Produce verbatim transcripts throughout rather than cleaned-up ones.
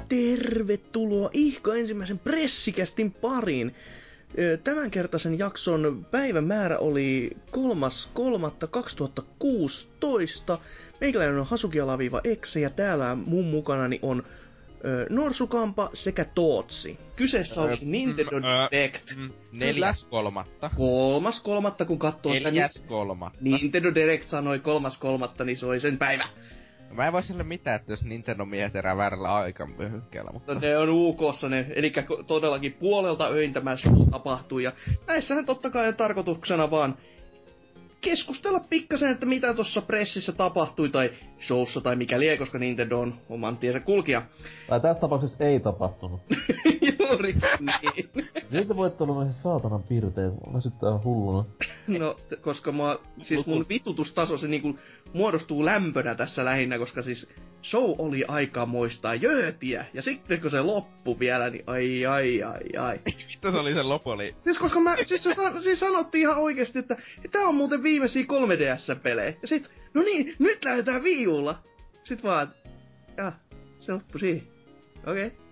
tervetuloa Ihko ensimmäisen pressikästin pariin. Tämänkertaisen jakson päivämäärä oli kolmas kolmatta kaksituhattakuusitoista. Meikäläinen on Hasuki-Exe ja täällä mun mukanani on ö, Norsukampa sekä Tootsi. Kyseessä oli Nintendo Direct. Neljäs kolmatta. Kolmas kolmatta, kun katsoo... Neljäs kolmatta. Nintendo Direct sanoi kolmas kolmatta, niin se oli sen päivä. Mä en voi sille mitään, että jos Nintendo-miehet erää väärällä aikamyhykkeellä, mutta... No ne on U K:ssa ne, elikkä todellakin puolelta öin tämä show tapahtui, ja näissähän totta kai on tarkoituksena vaan keskustella pikkasen, että mitä tuossa pressissä tapahtui, tai showssa, tai mikä lie, koska Nintendo on oman tiensä kulkija. Tai tässä tapauksessa ei tapahtunut. Juuri niin. Nyt voitte olla ihan saatanan pirteet, mä syttää hulluna. No, t- koska mä, siis mun vitutustaso se niinku muodostuu lämpönä tässä lähinnä, koska siis show oli aikamoista jöötiä, ja sitten kun se loppui vielä, niin ai ai ai ai. Mitä se oli sen loppu oli? Siis koska mä, siis, se, siis sanottiin ihan oikeesti, että tää on muuten viimeisiä kolme D S-pelejä, ja sit, no niin, nyt lähdetään Wii Ulla. Sit vaan, ja, se loppui siihen. Okei. Okay.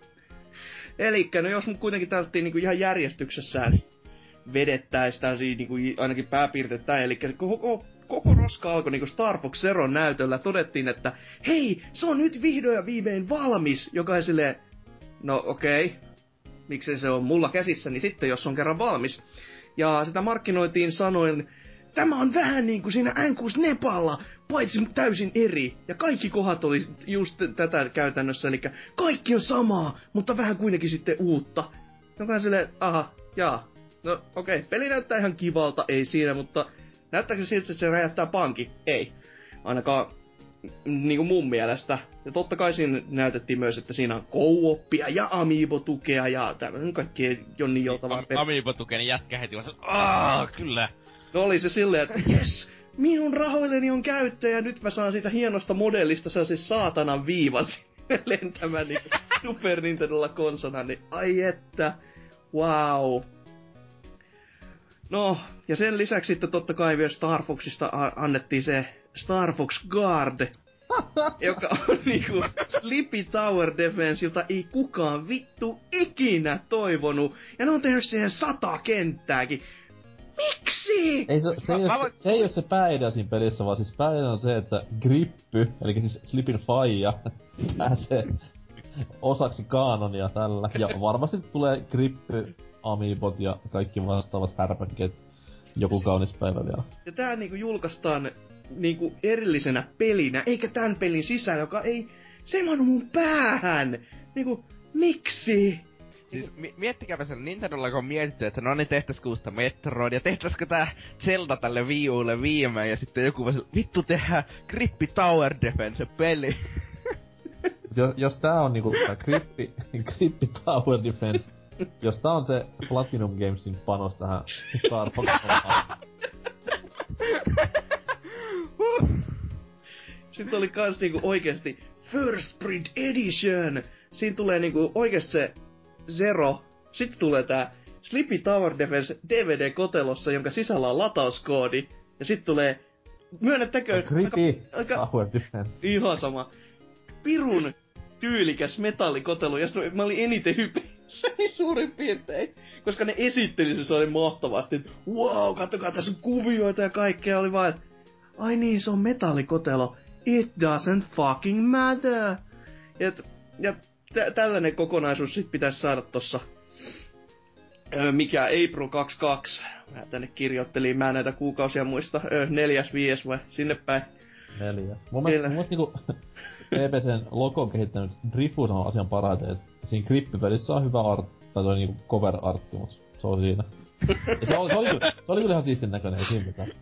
Elikkä, no jos mut kuitenkin täältiin niinku ihan järjestyksessään vedettäis tää siinä niinku ainakin pääpiirteittäin, elikkä se koko, koko roska alkoi niinku Star Fox Zeron näytöllä. Todettiin, että hei, se on nyt vihdoin ja viimein valmis, joka ei silleen, no okei, okay. Miksei se on mulla käsissäni sitten, jos on kerran valmis. Ja sitä markkinoitiin sanoen, tämä on vähän niinku siinä N kuusi Nepalla, paitsi täysin eri. Ja kaikki kohdat oli just tätä käytännössä, eli kaikki on samaa, mutta vähän kuitenkin sitten uutta. Joka on silleen, aha, jaa. No okei, okay. Peli näyttää ihan kivalta, ei siinä, mutta näyttääkö siltä, että se räjähtää pankin? Ei. Ainakaan niinku mun mielestä. Ja totta kai siinä näytettiin myös, että siinä on co-oppia ja amiibo-tukea ja tämmöinen kaikkien jonni joutavaa Am- Amiibo-tukea, niin jätkä heti vaan aah, kyllä. No oli se silleen, että jes, minun rahoilleni on käyttö ja nyt mä saan siitä hienosta modellista sellaisen saatanan viivan lentämään niinku Super Nintendolla konsona, niin ai että, wow. No, ja sen lisäksi sitten totta kai vielä Star Foxista a- annettiin se Star Fox Guard, joka on niinku Sleepy Tower Defense, jota ei kukaan vittu ikinä toivonut. Ja ne on tehnyt siihen sata kenttääkin. Miksi? Ei se, se, ei, ole, se, se ei oo se pääidea siinä pelissä, vaan siis pääidea on se, että Grippy, eli siis Slipin faija, pääsee osaksi kaanonia tällä. Ja varmasti tulee Grippy, amiibot ja kaikki vastaavat härpäkkeet joku kaunis päivä vielä. Ja tää niinku julkaistaan niinku erillisenä pelinä, eikä tän pelin sisällä, joka ei... Se ei mahdu mun päähän! Niinku, miksi? Siis mi- miettikääpä sen Nintendolla, kun on mietitty, että no niin tehtäisikö uutta Metroid, ja tehtäisikö tää Zelda tälle Wii Ulle viimein, ja sitten joku vaan vittu tehdään Grippy Tower Defense-peli. jos, jos tää on niinku tää Grippy, Grippy Tower Defense, jos tää on se Platinum Gamesin panos tähän Star Fox-hommaan. Sitten oli kans niinku oikeesti First Print Edition! Siinä tulee niinku oikeesti se Zero. Sitten tulee tää Sleepy Tower Defense D V D-kotelossa, jonka sisällä on latauskoodi. Ja sitten tulee, myönnettäköön... Grippy Tower Defense. Ihan sama. Pirun tyylikäs metallikotelu, josta mä olin eniten hypeissä suurin piirtein. Koska ne esitteli se oli mahtavasti, että wow, katsokaa tässä on kuvioita ja kaikkea. Oli vaan, että ai niin, se on metallikotelo. It doesn't fucking matter. Ja, ja tä- tällainen kokonaisuus sit pitäisi saada tossa, öö, mikä April kaksikymmentäkaksi. Mä tänne kirjoittelin, mä näitä kuukausia muista. Öö, neljäs, viies vai sinne päin. Neljäs. Mun mielestä, mun mielestä niinku P P C:n logon kehittänyt Drifus on asian parhaiten, että siinä Grippi-pelissä on hyvä art, tai toi niinku cover artti, mut se on siinä. Ja se oli, se oli, se oli kyllä ihan siistin näköinen, ei siinä mitään.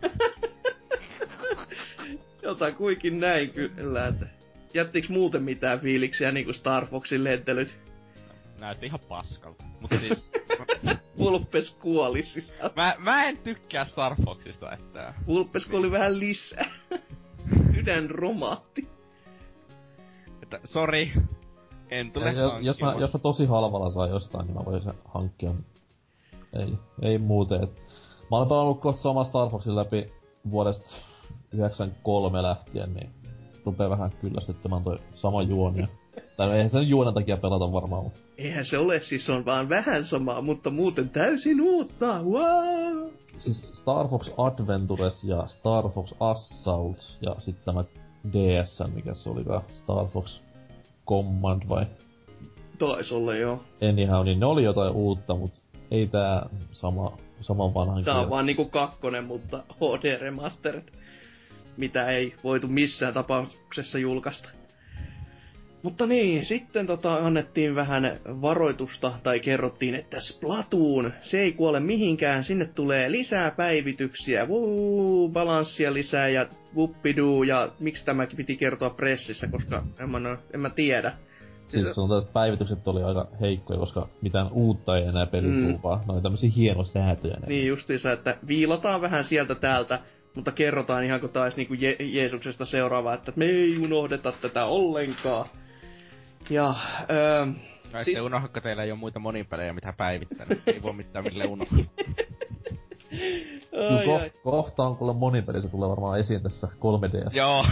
Jotakuinkin näin kyllä, että jättiks muuten mitään fiiliksiä niinku Star Foxin lentelyt? Näytti ihan paskalta, mutta siis... Vulpes kuoli siis. mä, mä en tykkää Star Foxista, että... Vulpes kuoli vähän lisää. Sydän romaatti. Että sori, en tule ja, hankkimaan. Jos mä, jos mä tosi halvalla saa jostain, niin mä voin sen hankkia. Ei, ei muuten. Et. Mä olen pelannut kohta samaa Star Foxin läpi vuodesta yhdeksänkymmentäkolme lähtien, niin rupee vähän kyllästyttämään toi sama juoni. Tai eihän sitä nyt juonan takia pelata varmaan, mutta... Eihän se ole, siis se on vaan vähän samaa, mutta muuten täysin uutta, wow! Siis Star Fox Adventures ja Star Fox Assault ja sitten tämä D S, mikä se olikaan, Star Fox Command vai? Taisi olla, joo. Anyhow, niin ne oli jotain uutta, mut ei tää sama, saman vanhan Tää on kielen. vaan niinku kakkonen, mutta H D Remastered, mitä ei voitu missään tapauksessa julkaista. Mutta niin, sitten tota annettiin vähän varoitusta, tai kerrottiin, että Splatoon, se ei kuole mihinkään, sinne tulee lisää päivityksiä, wuu, balanssia lisää ja wuppiduu, ja miksi tämäkin piti kertoa pressissä, koska en mä, en mä tiedä. Siis, siis sanotaan, että päivitykset oli aika heikkoja, koska mitään uutta ei enää peliin mm. tuu, vaan ne oli tämmösiä hienosäätöjä. Niin justiinsa, että viilataan vähän sieltä täältä, mutta kerrotaan ihan kun taas niinku Je- Jeesuksesta seuraava, että me ei unohdeta tätä ollenkaan. Ja, öö... No ette si- unohdakko teillä ei oo muita monipelejä mitä päivittänyt, ei voi mitään mille unohtaa. ai, ko- ai. kohta on kuule monipeli, se tulee varmaan esiin tässä kolme D S. Joo.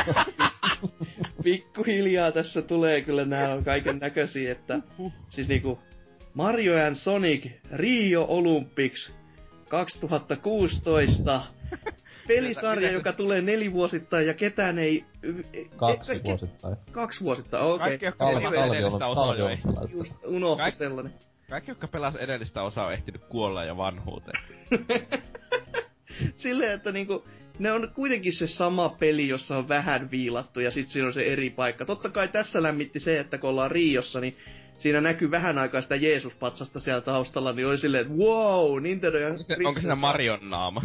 Pikkuhiljaa tässä tulee kyllä nää on kaiken näköisiä, että siis niinku Mario and Sonic Rio Olympics kaksituhattakuusitoista pelisarja, joka tulee nelivuosittain ja ketään ei... Kaksi e, vuosittain. Kaksi vuosittain, okei. Kaikki, jotka pelas edellistä osaa on jo ehtinyt. Just unohtu Kaik- sellainen. Kaikki, jotka pelas edellistä osaa on ehtinyt kuolla ja vanhuuteen. Silleen, että niinku... Ne on kuitenkin se sama peli, jossa on vähän viilattu ja sit siinä on se eri paikka. Totta kai tässä lämmitti se, että kun ollaan Riossa, niin siinä näkyy vähän aikaa sitä Jeesus-patsasta siellä taustalla, niin oli silleen, että wow, Nintendo ja Onko, se, onko siinä Marion naama?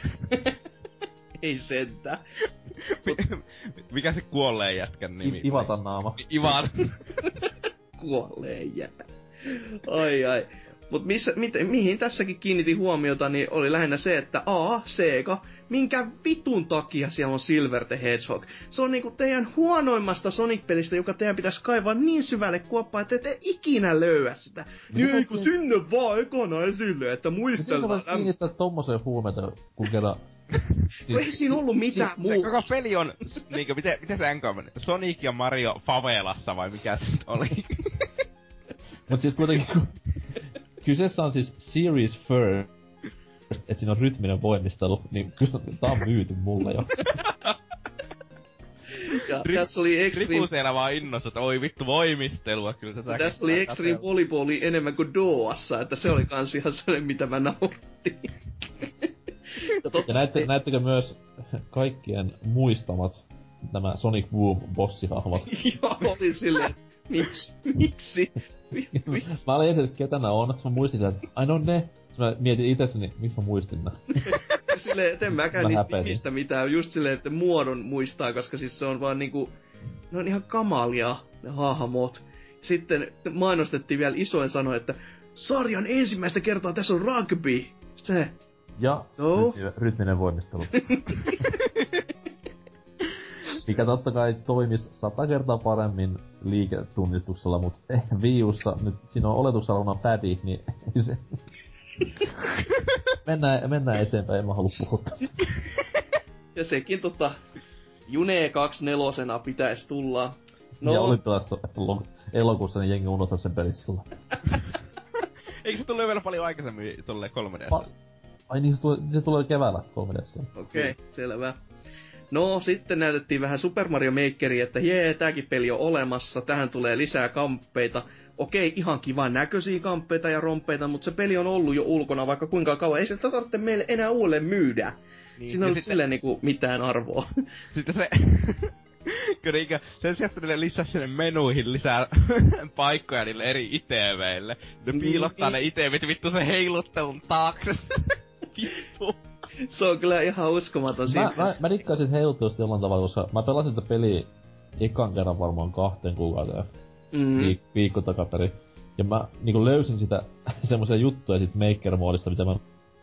Ei sentään. Mikä se kuolleen jätkän nimi? I- Ivatan naama. Ivan. Kuolleen jätä. Ai ai. Mut missä, mit, mihin tässäkin kiinnitin huomiota, niin oli lähinnä se, että A, Sega, minkä vitun takia siellä on Silver the Hedgehog. Se on niinku teidän huonoimmasta Sonic-pelistä, joka teidän pitäisi kaivaa niin syvälle kuoppaan, että ette ikinä löyä sitä. Niin ei kun sinne vaan ekana esille, että muistellaan. Miten sä voit kiinnittää tommoseen huumeita, kun kerran... Siis, ei siinä ollut mitään siis, muuta. Se koko peli on, niinkö, miten, miten se enkä meni? Sonic ja Mario favelassa vai mikä se nyt oli? Mut siis kuitenkin, kun kyseessä on siis Series First, et siinä on rytminen voimistelu, niin kyllä tää on myyty mulle jo. Ja tässä oli Extreme... Ripu siellä vaan innossa, että oi vittu voimistelua, kyllä tätä... Tässä oli Extreme Volleyball enemmän kuin Doassa, että se oli kans ihan sellainen, mitä mä nautin. Ja, ja näette, näettekö myös kaikkien muistamat nämä Sonic Boom-bossihahmot? Joo, oli silleen, miksi? Miksi? Mä olin ensin, että ketä nää on, mä muistin että ai no ne. Sitten mä mietin itsessäni, miksi mä muistin nää. Silleen, et en mäkään niistä nimistä mitään, just silleen, että muodon muistaa, koska siis se on vaan niinku, ne on ihan kamalia, ne hahmot. Sitten mainostettiin vielä isoin sanoa, että sarjan ensimmäistä kertaa tässä on rugby. Se. Ja so? rytminen, rytminen voimistelu. Mikä totta kai toimis sata kertaa paremmin liiketunnistuksella, mut eh, Wii Ussa nyt siinä on oletusarvona pädi, niin ei se... mennään, mennään eteenpäin, en mä halua puhua. Ja sekin tota, June kaksikymmentäneljä pitäis tulla. No. Ja oli tuossa elokuussa, niin jengi unohtaa sen pelissillä. Eikö se tullut vielä paljon aikaisemmin tolle kolme D S? Pa- Ai niin, se tulee, se tulee keväällä kolme D S. Okei, okay, selvä. No, sitten näytettiin vähän Super Mario Makeria, että jee, tääkin peli on olemassa, tähän tulee lisää kamppeita. Okei, ihan kivan näköisiä kamppeita ja rompeita, mutta se peli on ollut jo ulkona vaikka kuinka kauan. Ei se tarvitse meille enää uudelleen myydä. Niin, siinä on sitten... silleen niinku mitään arvoa. Sitten se... Kyllä niinkö, sen sijaan, että ne lisää sinne menuihin lisää paikkoja niille eri I T V:ille. Ne piilottaa niin. Ne I T V:t vittu se heiluttelun taakse. Vittu. Se on kyllä ihan uskomaton siinä. Mä, mä, mä dikkaisin heiluttelusta jollain tavalla, koska mä pelasin sitä peliä ekan kerran varmaan kahteen kuukauteen. Mm. Viik- viikko takaperi. Ja mä niinku löysin sitä semmosia juttuja sit Maker-moodista, mitä mä...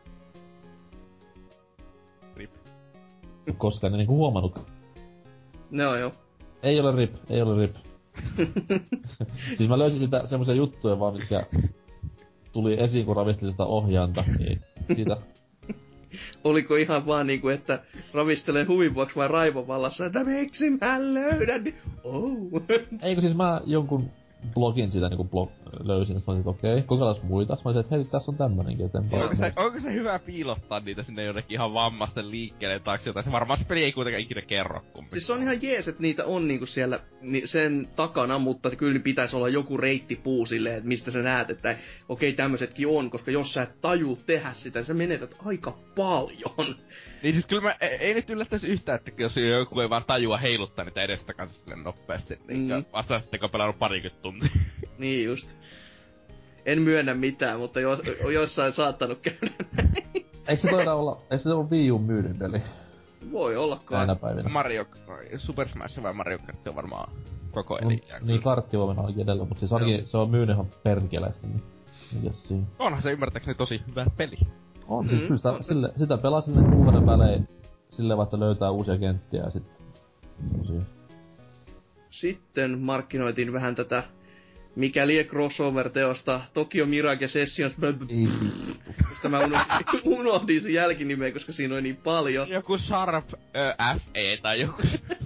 Rip. Koska en niinku huomannut. No joo. Ei ole rip, ei ole rip. Siis mä löysin sitä semmosia juttuja vaan, mitkä tuli esiin kun ravistelin sitä ohjaanta, niin siitä Oliko ihan vaan niinku, että ravistelee huvin vuoksi vai raivon vallassa, että miksi mä löydän, niin oh. Eikö siis mä jonkun blogin siitä niinku blog löysin, että mä olisin, okei, okay, kokeillaanko muita? Mä olisin, että hei, tässä on tämmönenkin, että en onko se, onko se hyvä piilottaa niitä sinne jonnekin ihan vammasten liikkeelle taakse jotain? Se varmaan se peli ei kuitenkaan ikinä kerro kumpi. Siis se on ihan jees, että niitä on niinku siellä ni, sen takana, mutta kyllä pitäisi olla joku reittipuu silleen, että mistä sä näet, että okei, okay, tämmösetkin on, koska jos sä et taju tehdä sitä, sä menetät aika paljon. Niin siis kyllä mä, ei, ei nyt yllättäisi yhtään, että jos joku ei vaan tajua heiluttaa niitä edestä kanssa silleen nopeasti, niin mm. vastaan sitten kun on pelannut parikymmentä tuntia. Niin just. En myönnä mitään, mutta jos, jossain saattanut käydä näin. Eikö se toida olla, eikö se ole Wii U myydyn peli? Voi ollakaan. Näinä päivinä. Mario, Super Smash vai Mario Kart on varmaan koko no, eliä. Niin, kartti voi mennä ainakin edellä, mutta siis ainakin se on myynyt ihan perkeleesti, niin mikäs siinä. Onhan se ymmärtääkseni tosi hyvä peli. On, mm-hmm. siis kyllä sitä, sille, sitä pelaa silleen kuukauden välein, silleen vaikka löytää uusia kenttiä ja sit semmosia. Sitten markkinoitiin vähän tätä, mikä lie crossover-teosta, Tokyo Mirage Sessions, mistä mä unohdin, unohdin sen jälkinimeä, koska siinä on niin paljon. Joku Sharp äh, F E tai joku.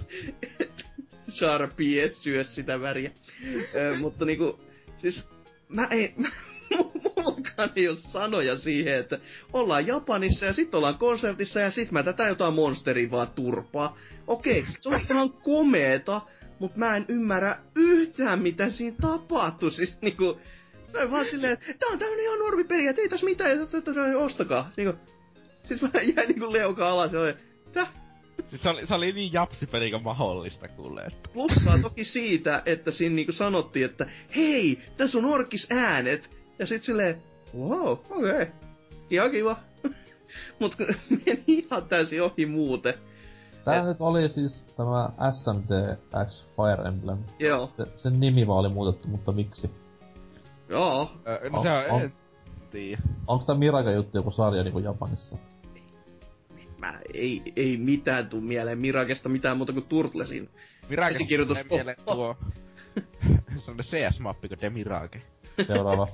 Sharp S, syö sitä väriä. Ö, mutta niinku, siis mä ei... Mullakaan ei oo sanoja siihen, että ollaan Japanissa ja sit ollaan konsertissa ja sit mä tätä jotain monsteria vaan turpaa. Okei, se on ihan komeeta, mut mä en ymmärrä yhtään mitä siinä tapahtuu. Siis niinku, se on vaan silleen, että tää on tämmönen ihan normipeli, et ei täs mitään, ja ostakaa. Niinku, sit mä jäin niinku leuka alas ja olin, täh? Siis se oli, se oli niin japsipeli kuin mahdollista kuulee. Plussaa toki siitä, että siinä niinku sanottiin, että hei, tässä on orkis äänet. Ja sit silleen, wow, okei, okay. Ihan kiva. Mut meni ihan täysin ohi muuten. Tää Et... nyt oli siis tämä S M T X Fire Emblem. Joo. Se, sen nimi vaan oli muutettu, mutta miksi? Joo. Öö, no on, se on, on, en tiedä. Onks tää Mirage-juttu joku sarja niinku Japanissa? Mä ei, ei mitään tuu mieleen Miragesta mitään muuta kuin Turtlesin. Mirage käsikirjoitus tulee mieleen tuo... se on C S-mappi kuin Demirage. Seuraava.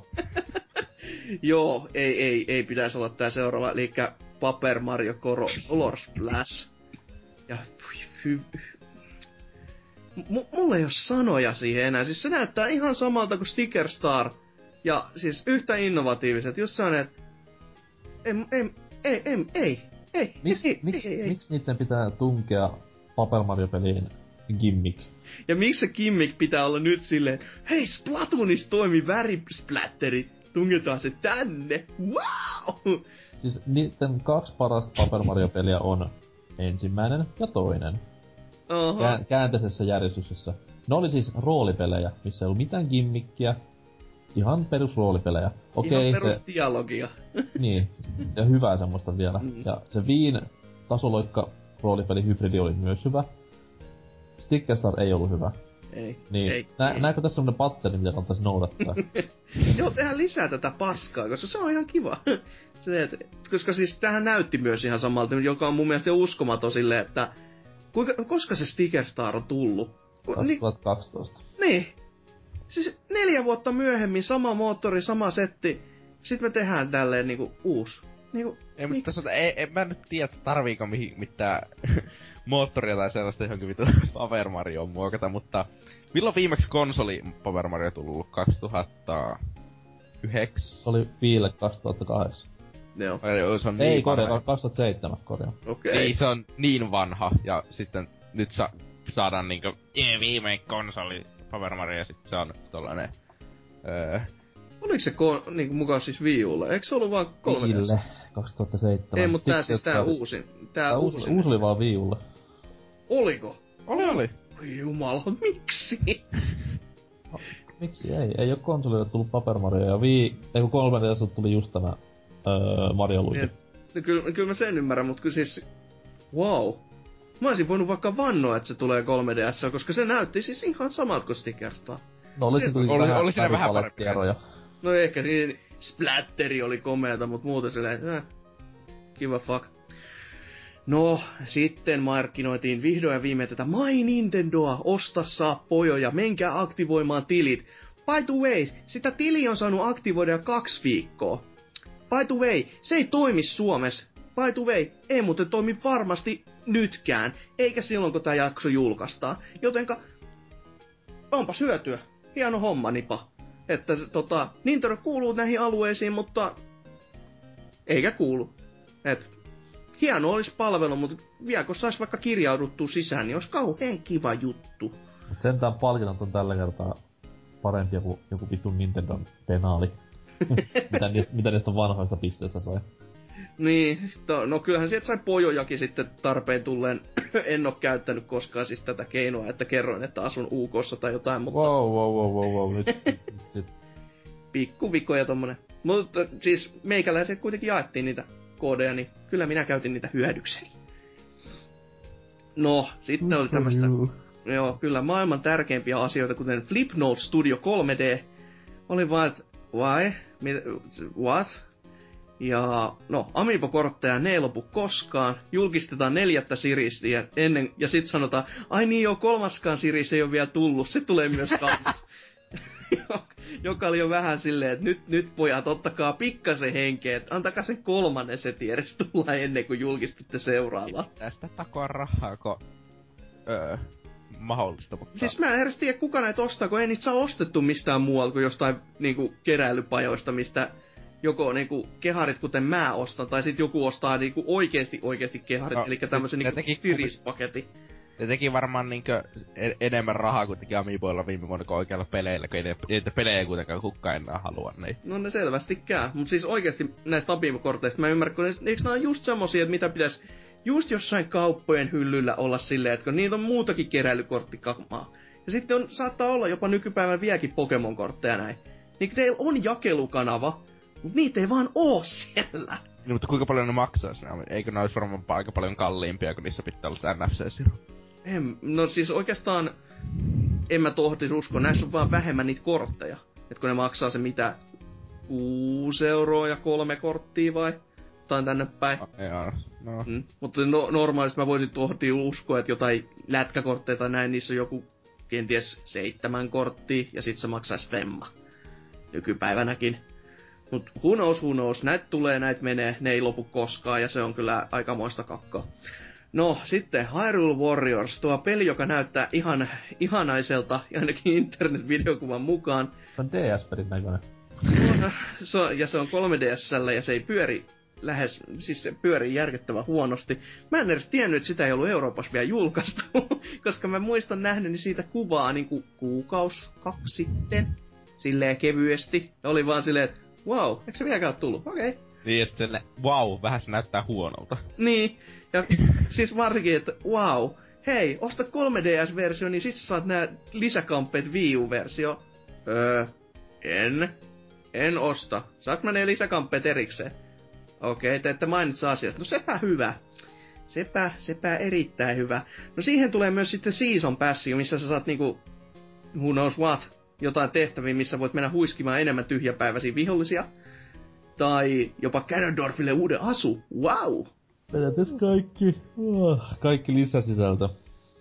Joo, ei, ei, ei pitäisi olla tää seuraava, elikkä Paper Mario Color Splash. Ja hy, hy. M- mulla ei oo sanoja siihen enää, siis se näyttää ihan samalta kuin Sticker Star. Ja siis yhtä innovatiiviset, just se on, et... Ei, ei, ei, ei, ei, ei, Mis, ei, miks, ei, ei. Miksi niitten pitää tunkea Paper Mario-peliin gimmick? Ja miksi se gimmick pitää olla nyt silleen, hei Splatoonissa toimi värisplätteri, tungetaan se tänne, wow! Siis niitten kaksi parasta Paper Mario-peliä on ensimmäinen ja toinen. Oho. Kään, käänteisessä järjestyksessä. Ne oli siis roolipelejä, missä ei ollut mitään gimmickiä. Ihan perus roolipelejä. Okei, ihan perus se... dialogia. Niin, ja hyvää semmoista vielä. Mm. Ja se Viin tasoloikka roolipeli hybridi oli myös hyvä. Sticker Star ei ollut hyvä. Ei, niin, ei, nä- ei. Näetkö tässä semmonen patteri, mitä kannattaisi noudattaa? Joo, tehdään lisää tätä paskaa, koska se on ihan kiva. Se, et, koska siis tähän näytti myös ihan samalta, joka on mun mielestä jo uskomaton silleen, että kuinka, koska se Sticker Star on tullut? kaksituhattakaksitoista. Niin. Siis neljä vuotta myöhemmin, sama moottori, sama setti. Sitten me tehdään tälleen niinku uus. Niinku, ei, mutta tässä, ei, en mä nyt tiedä, tarviiko mihin mitään moottoria tai sellaista johonkin vitu Paper Marioon muokata, mutta milloin viimeksi konsoli Paper Mario tullut? kaksituhattayhdeksän? Se oli Viille kaksituhattakahdeksan. Joo. Se on niin ei, korjaa, kaksituhattaseitsemän, korjaa. Okei. Okay. Niin, se on niin vanha, ja sitten nyt sa- saadaan niinku, jee, viimein konsoli Paper Mario, ja sit se on tollanen, öö... Oliko se ko- niinku mukaan siis Wii Ulle? Eikö se ollut vaan kolme D S? Viille, kaksituhattaseitsemän. Ei, mutta tää siis tää uusin. Tää, tää uusin. Uusi oli vaan Wii Ulle. Oliko? Oli, oli. Oi jumala, miksi? No, miksi ei? Ei oo konsolille tullut Paper Mario, ja Wii, ei kun kolme D S tuli just tämä öö, Mario Luigi. No, kyllä, kyllä mä sen ymmärrän, mutta kyllä siis... Wow. Mä olisin voinut vaikka vannoa, että se tulee kolme D S, koska se näytti siis ihan samalta kuin Sticker Star. No oli se oli, vähän, oli siinä vähän parempi eroja. No ehkä niin, splatteri oli komeata, mut muuten silleen, äh, kiva fuck. No, sitten markkinoitiin vihdoin ja viimein tätä My Nintendoa, osta saa pojoja, menkää aktivoimaan tilit. By the way, sitä tili on saanut aktivoida jo kaksi viikkoa. By the way, se ei toimi Suomessa. by the way, ei muuten toimi varmasti nytkään, eikä silloin kun tää jakso julkaistaan. Jotenka, onpas hyötyä. Hieno homma, Nipa. Että tota, Nintendo kuuluu näihin alueisiin, mutta eikä kuulu. Et, hieno olisi palvelu, mutta vielä kun sais vaikka kirjauduttua sisään, niin olisi kauhean kiva juttu. Mut sentään palkinnot on tällä kertaa parempi joku, joku vittu Nintendon penaali. mitä, niistä, mitä niistä vanhoista pisteistä sai. Niin, to, no kyllähän sieltä sai pojojakin sitten tarpeen tulleen. En oo käyttänyt koskaan siis tätä keinoa, että kerroin, että asun U K:ssa tai jotain, mutta... Wow, wow, wow, wow, wow, nyt, nyt sit. Pikkuvikoja tommonen. Mutta siis meikäläiset kuitenkin jaettiin niitä koodeja, niin kyllä minä käytin niitä hyödykseni. No, sitten oli tämmöstä... Joo, kyllä maailman tärkeimpiä asioita, kuten Flipnote Studio kolme D. Oli vaan, että why? What? Ja no, Amiibo-kortteja ne ei lopu koskaan. Julkistetaan neljättä siristiä ennen, ja sit sanotaan, ai niin joo, kolmaskaan siris ei ole vielä tullut, se tulee myös kanssa. Joka oli jo vähän silleen, että nyt, nyt pojat, ottakaa pikkasen henkeä, että antakaa sen kolmannen setin edes tulla ennen kuin julkistutte seuraavaa. Tästä takoa rahaa, kun öö, mahdollista, mutta... Siis mä en edes tiedä, kuka näitä ostaa, kun ei niitä saa ostettu mistään muualta kuin jostain niinku keräilypajoista, mistä joko niinku keharit, kuten mä ostan, tai sit joku ostaa niinku oikeesti oikeesti keharit, no, eli siis tämmösen niinku sirispaketti. Ne teki varmaan niinkö en- enemmän rahaa kuin teki Amiiboilla viime vuonna kuin oikealla peleillä, kun ei niitä pelejä kuitenkaan kukaan enää halua. Niin. No ne selvästikään, mut siis oikeesti näistä Amiibo-korteista mä ymmärrän, kun ne, eikö nää on just semmosia, että mitä pitäis just jossain kauppojen hyllyllä olla silleen, että kun niitä on muutakin keräilykorttikamaa. Ja sitten on, saattaa olla jopa nykypäivän vieläkin Pokemon-kortteja näin. Niin teillä on jakelukanava, mut niitä ei vaan oo siellä. Niin, mutta kuinka paljon ne maksaisi? Eikö ne olisi varmaan aika paljon kalliimpia, kun niissä pitää olla N F C-siru? En, no siis oikeastaan en mä tohtis usko, näissä on vaan vähemmän niitä kortteja. Et kun ne maksaa se mitä, kuusi euroa ja kolme korttia vai? Tai tänne päin. No, joo, no. Mm. Mutta no, normaalisti mä voisin tohtia uskoa, että jotain lätkäkortteja tai näin, niissä on joku kenties seitsemän korttia ja sit se maksaisi femma. Nykypäivänäkin. Mut who knows, who knows, näitä tulee, näitä menee, ne ei lopu koskaan ja se on kyllä aikamoista kakkaa. No, sitten Hyrule Warriors, tuo peli, joka näyttää ihan ihanaiselta, ainakin internet-videokuvan mukaan. Se on D S-pelin näköinen. Se on, ja se on kolme D S:llä ja se ei pyöri lähes, siis se pyörii järkyttävän huonosti. Mä en edes tiennyt, että sitä ei ollut Euroopassa vielä julkaistu, koska mä muistan nähneeni siitä kuvaa niinku kuukaus, kaksi sitten, silleen kevyesti. Ja oli vaan silleen, että wow, eikö se vieläkään ole tullut? Okei. Okay. Niin, ja sitten wow, vähän se näyttää huonolta. Niin, ja siis varsinkin, että wow, hei, osta kolme D S-versio, niin sit sä saat nää lisäkamppeet Wii U-versio. Öö, en. En osta. Saat mä ne lisäkamppeet erikseen? Okei, okay, te ette mainitse asiasta. No sepä hyvä. Sepä, sepä erittäin hyvä. No siihen tulee myös sitten Season Passi, missä sä saat niinku, who knows what, jotain tehtäviä, missä voit mennä huiskimaan enemmän tyhjäpäiväisiä vihollisia. Tai jopa Ganondorfille uuden asu. Wow! Periaatteessa kaikki. Oh, kaikki lisäsisältö.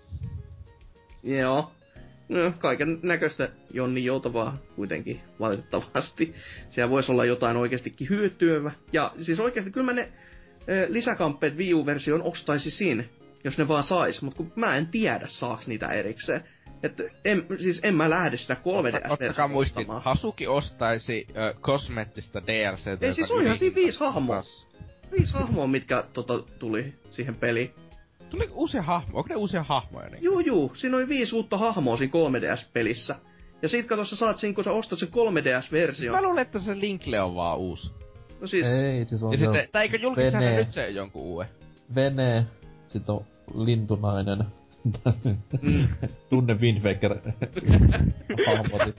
Joo. No, kaiken näköistä Jonni joutavaa kuitenkin, valitettavasti. Siellä voisi olla jotain oikeastikin hyötyävä. Ja siis oikeasti kyllä mä ne e, lisäkamppeet Wii U-version ostaisin, jos ne vaan sais. Mutta kun mä en tiedä, saaks niitä erikseen. Että en, siis en mä lähde sitä kolme D S-versiota ostamaan. Muistin, Hasuki ostaisi ö, kosmeettista D L C:tä. Ei siis onhan siinä viisi hahmoa. Viisi hahmoa, mitkä tota, tuli siihen peliin. Tuli uusia hahmoja? Onko ne uusia hahmoja? Niin? Juu, juu. Siinä oli viisi uutta hahmoa siinä kolme D S-pelissä. Ja sit kato, sä saat siinä, kun sä ostat sen kolme D S-version. Mä luulen, että se Linkle on vaan uusi. No siis... Ei, siis on ja se sitten, tai eikö julkista nyt se jonkun uuden? Vene, sit on lintunainen. Mm. Tunne Wind Waker hahmoti.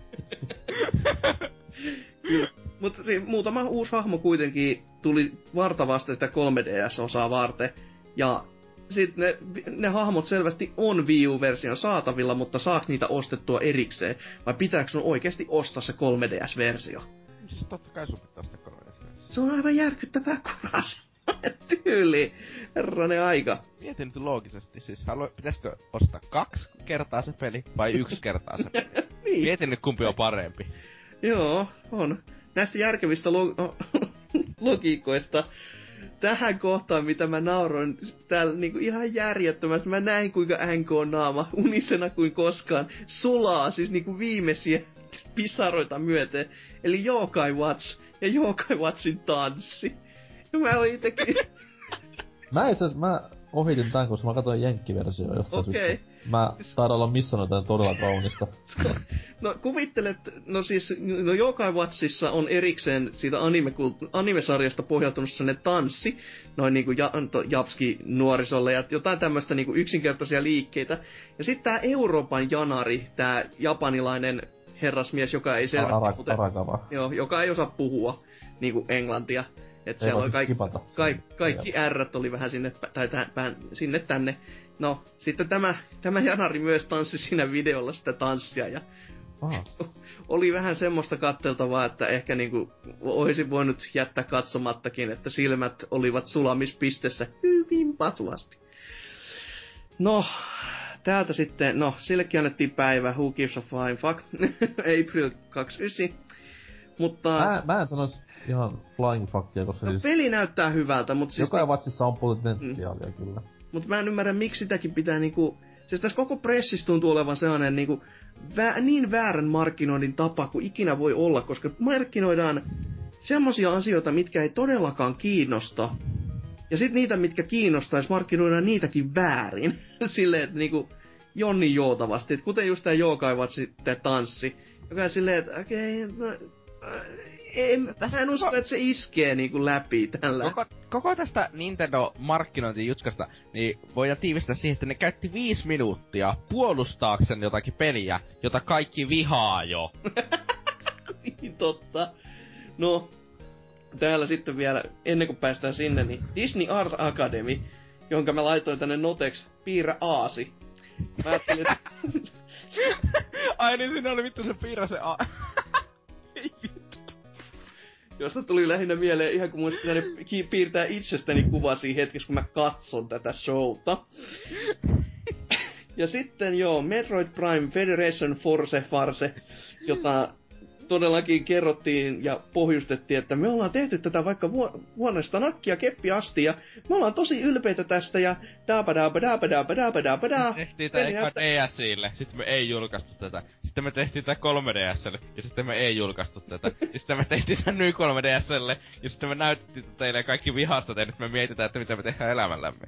Kyllä. Mutta siis, muutama uusi hahmo kuitenkin tuli vartavasti sitä kolme D S-osaa varten. Ja sit ne, ne hahmot selvästi on Wii U-version saatavilla, mutta saaks niitä ostettua erikseen? Vai pitääkö sun oikeesti ostaa se kolme D S-versio? Siis totta kai sun pitää ostaa kolme D S-versio. Se on aivan järkyttävää kuras. Tyyli. Herranen aika. Mietin nyt loogisesti, siis halu, pitäisikö ostaa kaksi kertaa se peli vai yksi kertaa se peli? Niin. Mietin nyt kumpi on parempi. Joo, on. Näistä järkevistä lo- logiikoista tähän kohtaan, mitä mä nauroin täällä niinku ihan järjettömästi. Mä näin, kuinka N K-naama unisena kuin koskaan sulaa, siis niinku viimeisiä pisaroita myöten. Eli Yokai Watch ja Yokai Watchin tanssi. Ja mä olin itekin... Mä itse asiassa, mä ohitin tän, koska mä katsoin jenkkiversio jostain Okei. syystä. Mä taidan olla missannut tän todella kaunista. No kuvittelet, no siis, no Yokai Watchissa on erikseen siitä anime, animesarjasta pohjautunut sellainen tanssi, noin niinku ja, to, japski nuorisolle ja jotain tämmöistä niinku yksinkertaisia liikkeitä. Ja sitten tää Euroopan janari, tää japanilainen herrasmies, joka ei selvästi... Ara, kuten, Arakava. Joo, joka ei osaa puhua niinku englantia. Että siellä on kaikki, kaikki, kaikki R:t oli vähän sinne, tai tämän, sinne tänne. No, sitten tämä, tämä Janari myös tanssi siinä videolla sitä tanssia, ja Aha. oli vähän semmoista katteltavaa, että ehkä niinku olisi voinut jättää katsomattakin, että silmät olivat sulamispisteessä hyvin patuvasti. No, täältä sitten, no, sillekin annettiin päivä, who gives a flying fuck, April kaksikymmentäyhdeksän. Mutta... Mä, mä en sanois ihan flying fuckia, koska no, siis... peli näyttää hyvältä, mutta siis... Joka Watchissa on potentiaalia mm. kyllä. Mut mä en ymmärrä, miksi sitäkin pitää niinku... Siis tässä koko pressissä tuntuu olevan sellainen niinku... Vä, niin väärän markkinoinnin tapa kuin ikinä voi olla, koska markkinoidaan semmosia asioita, mitkä ei todellakaan kiinnosta. Ja sit niitä, mitkä kiinnostais, markkinoidaan niitäkin väärin. Silleen, että niinku... Jonni joutavasti. Et kuten just tää Yokai Watch tanssi. Joka on silleen, että okei... Okay, no, En, tässä en usko, että se iskee niinku läpi tällä. Koko, koko tästä Nintendo-markkinointijutkasta, niin voidaan tiivistää siihen, että ne käytti viisi minuuttia puolustaakseen jotakin peliä, jota kaikki vihaa jo. Niin totta. No, täällä sitten vielä, ennen kuin päästään sinne, niin Disney Art Academy, jonka mä laitoin tänne noteksi, piirrä aasi. Mä ajattelin, että... Ai niin, siinä oli vittu se piirrä se a... Josta tuli lähinnä mieleen ihan kun muista pitänyt piirtää itsestäni kuva siinä hetkessä, kun mä katson tätä showta. Ja sitten joo, Metroid Prime Federation Force Farce, jota todellakin kerrottiin ja pohjustettiin, että me ollaan tehty tätä vaikka vuonnesta nakkia keppi asti ja me ollaan tosi ylpeitä tästä ja daabadaabadaabadaabadaabadaabada. Tehtiin tää eka D S:lle, sit me ei julkaistu tätä. Sitten me tehtiin tää kolme D S:lle ja sitten me ei julkaistu tätä. Ja sitten me tehtiin tää nyt kolme D S:lle ja sitten me näytettiin teille kaikki vihasta teille, että me mietitään, että mitä me tehdään elämällämme.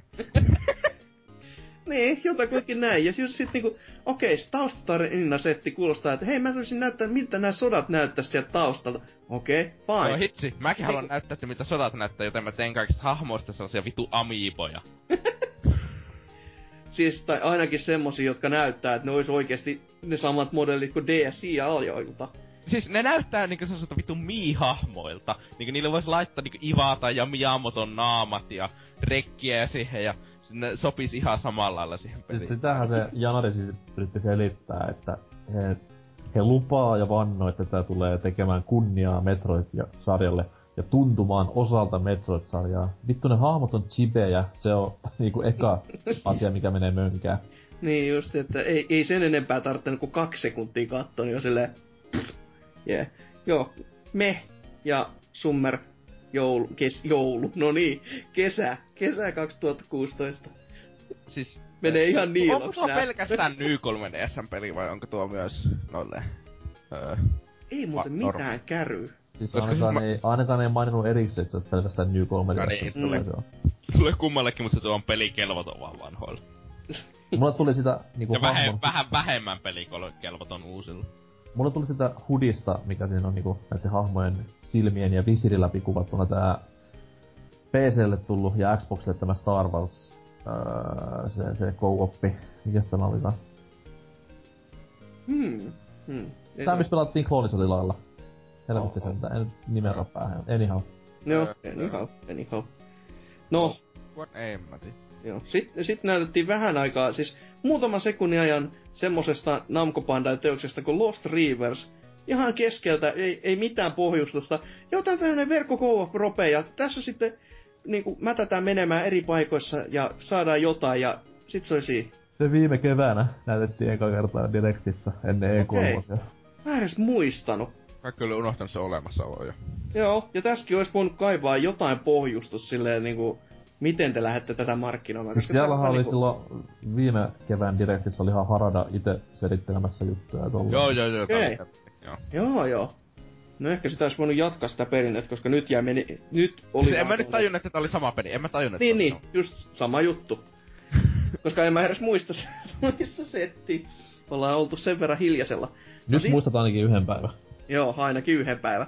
Niin, jotakuinkin näin. Ja just sit niinku, okei, okay, taustatarina setti kuulostaa, että hei, mä haluaisin näyttää, miltä nämä sodat näyttäis sieltä taustalta. Okei, okay, fine. Joo, hitsi. Mäkin haluan näyttää, että miltä sodat näyttää, joten mä teen kaikista hahmoista sellaisia vitu amiiboja. Siis, tai ainakin semmosia, jotka näyttää, että ne ois oikeesti ne samat modellit kuin D S I-aljoilta. Siis ne näyttää niinku sellaiselta vittu Mii-hahmoilta. Niinku niille vois laittaa niinku Ivata ja Miyamoton naamat ja rekkiä ja siihen ja ne sopis ihan samalla lailla siihen peliin. Siis sitähän se Janari siis yritti selittää, että he, he lupaa ja vannoo, että tää tulee tekemään kunniaa Metroid-sarjalle ja tuntumaan osalta Metroid-sarjaa. Vittu ne hahmot on chibejä, se on niinku eka asia, mikä menee mönkään. Niin just, että ei, ei sen enempää tarvitse kuin kaksi sekuntia katsoa, niin on silleen... Yeah. Joo, me ja Summer joulu, kes, joulu, no niin, kesä, kesä kaksituhattakuusitoista. Siis... Menee ihan niiloksi. Onko tuo nää pelkästään Ny kolme D S:n-peli vai onko tuo myös noille... Öö, ei muuten va- mitään käry. Siis ainakaan, mä... ei, ainakaan ei maininnut erikseen, että se olisi pelkästään Ny kolme D S. No niin, tulee, mm. tulee kummallekin, mutta se tuo on pelikelvoton vaan vanhoilla. Mulle tuli sitä niinku ja hahmon... vähän, vähän vähemmän pelikelvoton uusilla. Mulle tuli sitä hudista, mikä siinä on niinku näiden hahmojen silmien ja visirin läpi kuvattuna tää P C:lle tullut ja Xboxille tämä Star Wars, öö, se, se co-oppi. Mikäs tämä olikaan? Hmm. hmm. Tää missä pelattiin kloonisotilailla. Helvetti sen, en nimen saa päähän. Anyhow. Joo, anyhow, anyhow. No. What ei mä tiedä. Joo. Sitten sit näytettiin vähän aikaa, siis muutama sekunnin ajan semmosesta Namco Bandai teoksesta kuin Lost Reavers. Ihan keskeltä, ei, ei mitään pohjustusta. Jotain tämmönen verkko-co-op-rope, ja tässä sitten niinku mätätään menemään eri paikoissa ja saadaan jotain, ja sit se olisi... Se viime keväänä näytettiin eka kertaa Directissa ennen E kolme. Okei. Mä en edes muistanut. Kaikki oli unohtanut se olemassaolo jo. Joo, ja tässäkin olisi voinut kaivaa jotain pohjustus silleen niinku, miten te lähdette tätä markkinoimaan. Siis siellähän oli niinku... silloin viime kevään direktissä oli ihan Harada ite selittelemässä juttuja tolla. Joo, joo, joo. Okay. Joo. Joo, joo. No ehkä sitä olisi voinut jatkaa sitä perinnettä, koska nyt jää meni... Nyt oli... Se en mä nyt tajunnut, että tää oli sama peli. En mä tajunnut, Niin, niin. Sama. Just sama juttu. Koska en mä edes muista sitä settiä. Ollaan oltu sen verran hiljaisella. No nyt sit... muistat ainakin yhden päivän. Joo, ainakin yhden päivän.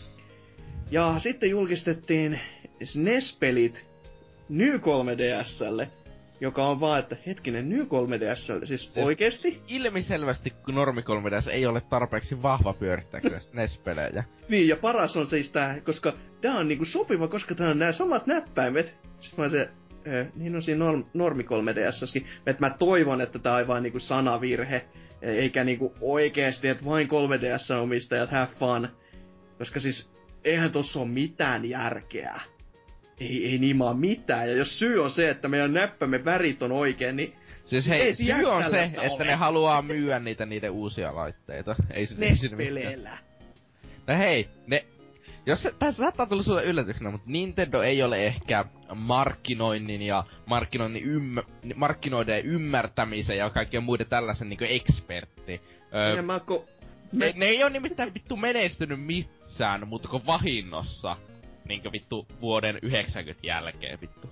Ja sitten julkistettiin S N E S-pelit Ny kolme D S:lle. Joka on vaan, että hetkinen, Ny kolme D S:lle, siis se oikeesti? Ilmiselvästi, kun Normi kolme D S ei ole tarpeeksi vahva pyörittääkseen S N E S-pelejä. Niin, ja paras on siis tää, koska tää on niinku sopiva, koska tää on nää samat näppäimet. Sitten mä se, äh, niin on siinä norm, Normi kolme D S:ssäkin, että mä toivon, että tää on vain niinku sanavirhe, eikä niinku oikeesti, että vain kolme D S-omistajat have fun. Koska siis, eihän tossa oo mitään järkeä. Ei, ei niimaa mitään, ja jos syy on se, että meidän näppämme värit on oikein, niin... Siis hei, syy on se, että ole. Ne haluaa myyä niitä niiden uusia laitteita. Ei S N E S-peleillä. No hei, ne... Jos se, tässä saattaa tulla sulle yllätyksenä, mutta Nintendo ei ole ehkä markkinoinnin ja markkinoinnin ymmär, markkinoiden ymmärtämisen ja kaikkien muiden tällaisen niinku ekspertti. Öö, mä ko... ne, ne ei oo nimittäin vittu menestynyt missään, mutta kun vahinnossa. Niinkö vittu vuoden yhdeksänkymmentä jälkeen vittu.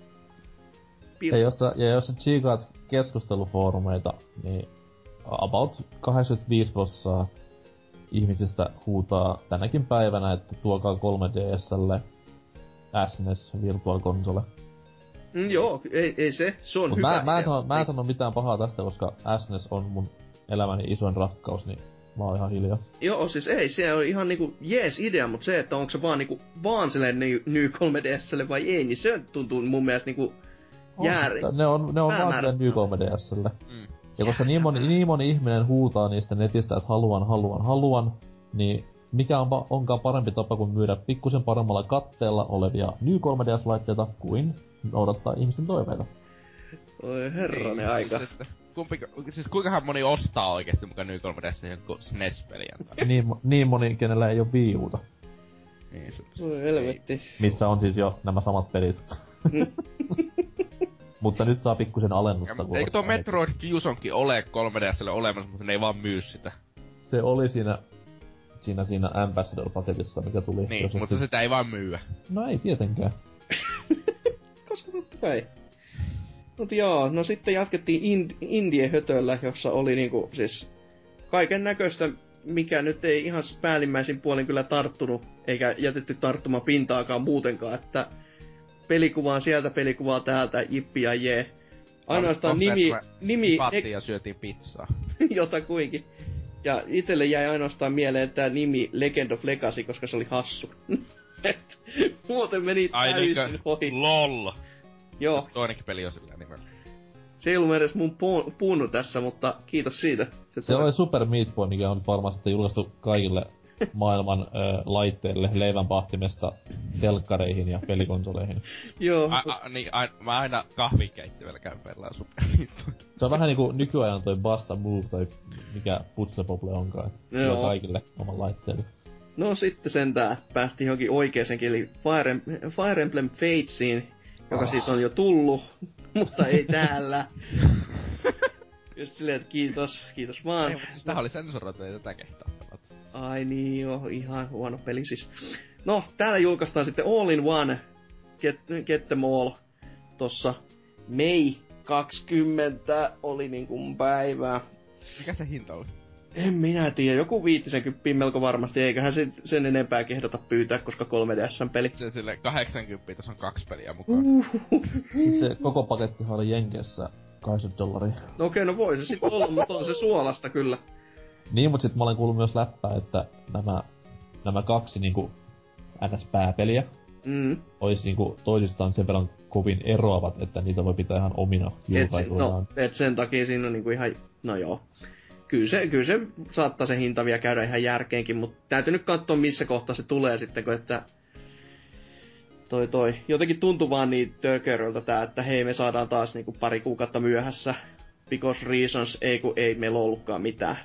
Ja jos sä, ja jos sä tsiikaat keskustelufoorumeita, niin about kahdeksankymmentäviisi prosenttia ihmisistä huutaa tänäkin päivänä, että tuokaa kolme D S:lle S N E S Virtual Console. Mm, joo, ei, ei se, se on Mut hyvä. Mä, mä, en sano, mä en sano mitään pahaa tästä, koska S N E S on mun elämäni isoin rakkaus, niin mä oon ihan hiljaa. Joo, siis ei, se on ihan niinku jees idea, mutta se, että onko se vaan niinku vaan silleen Ny kolme D S:lle vai ei, niin se tuntuu mun mielestä niinku jääri. Ne on, ne on vaan silleen Ny kolme D S:lle. Mm. Ja koska niin moni, niin moni ihminen huutaa niistä netistä, että haluan, haluan, haluan, niin mikä on, onkaan parempi tapa kuin myydä pikkusen paremmalla katteella olevia Ny kolme D S-laitteita kuin noudattaa ihmisten toiveita. Oi herranen aika. Kumpi, siis kuinkahan moni ostaa oikeesti mukaan Ny kolme D S jonkun S N E S-peliä? niin, niin moni, kenellä ei oo Wii Uta. Niin, se, Oi helvetti. Missä on siis jo nämä samat pelit. Mutta nyt saa pikkusen alennusta. Ja, eikö tuo Metroid Fusionkin ole kolme D S:lle olemassa, mutta ne ei vaan myy sitä? Se oli siinä, siinä, siinä Ambassador-paketissa, mikä tuli. Niin, mutta sitä ei vaan myyä. No ei tietenkään. Koska totta kai. Mut joo, no sitten jatkettiin ind- Indie-hötöllä, jossa oli niinku siis kaiken näköistä, mikä nyt ei ihan päällimmäisin puolin kyllä tarttunut, eikä jätetty tarttumaan pintaakaan muutenkaan, että pelikuvaa sieltä, pelikuvaa täältä, jippi ja jee. Ainoastaan nimi... nimi ek... ja syötiin pizzaa. Jotakuinkin. Ja itelle jäi ainoastaan mieleen tää nimi Legend of Legacy, koska se oli hassu. Muuten meni ai täysin niinkö, ohi. LOL. Joo. Toinenkin peli on sillä nimellä. Se ei ollut edes mun puunu tässä, mutta kiitos siitä. Se, se oli Super Meat Boy, mikä on varmasti julkaistu kaikille maailman ö, laitteille, leivänpahtimesta telkkareihin ja pelikonsoleihin. Joo. A, a, niin, a, mä aina kahvinkeittiöllä käyn pelaa Super Meat Boy. Se on vähän niinku nykyajan toi Basta Move tai mikä Putslepople onkaan. Joo. Kaikille oman laitteelle. No sitten sentään päästiin johonkin oikeeseenkin, eli Fire, em- Fire Emblem Fatesiin, joka oh. siis on jo tullut, mutta ei täällä. Just silleen, että kiitos, kiitos vaan. Ei, mutta siis tähän oli sensuroitu, ei tätä kehtaa. Ai niin joo, ihan huono peli siis. No, täällä julkaistaan sitten All in One, Get, Get them all, tossa Mei kaksikymmentä oli niinku päivää. Mikä se hinta oli? En minä tiedä, joku viitisenkymppiä melko varmasti, eiköhän sen, sen enempää kehdata pyytää, koska kolme D S-peli. Se sille kahdeksankymmentä, tässä on kaksi peliä mukaan. Uhuhu. Siis se koko pakettihan oli Jenkeissä kahdeksankymmentä dollaria. No okei, no voi se sit olla, mutta on se suolasta kyllä. Niin, mut sit mä olen kuullut myös läppää, että nämä, nämä kaksi niinku N S-pääpeliä mm. ois niinku toisistaan sen verran kovin eroavat, että niitä voi pitää ihan omina julkaisuillaan. No, et sen takia siinä on niinku ihan, no joo. Kyllä se, kyllä se saattaa se hinta vielä käydä ihan järkeenkin, mutta täytyy nyt katsoa missä kohtaa se tulee sitten, kun että toi toi, jotenkin tuntuu vaan niin tökeröltä tää, että hei me saadaan taas niinku pari kuukautta myöhässä because reasons, ei kun ei meillä ollutkaan mitään.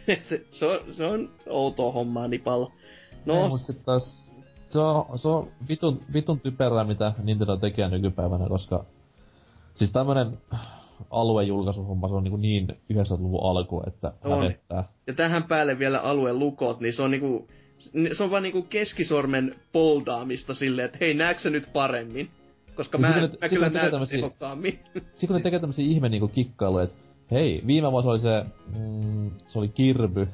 se, on, se on outoa hommaa Nipalla. No, ei, mut sit taas, se on, se on vitun, vitun typerää, mitä Nintendo tekee nykypäivänä, koska siis tämmönen aluejulkaisuhomma, se on niinku niin yhdeksänkymmentäluvun alku, että hävettää. Ja tähän päälle vielä alueen lukot, niin se on niinku, se on vaan niinku keskisormen poldaamista silleen, että hei, näetkö nyt paremmin? Koska mä, ne, mä kyllä näytän tehokkaammin. Sitten kun ne tekee tämmösiä ihme niinku kikkailuja, että hei, viime vuosi oli se, mm, se oli Kirby,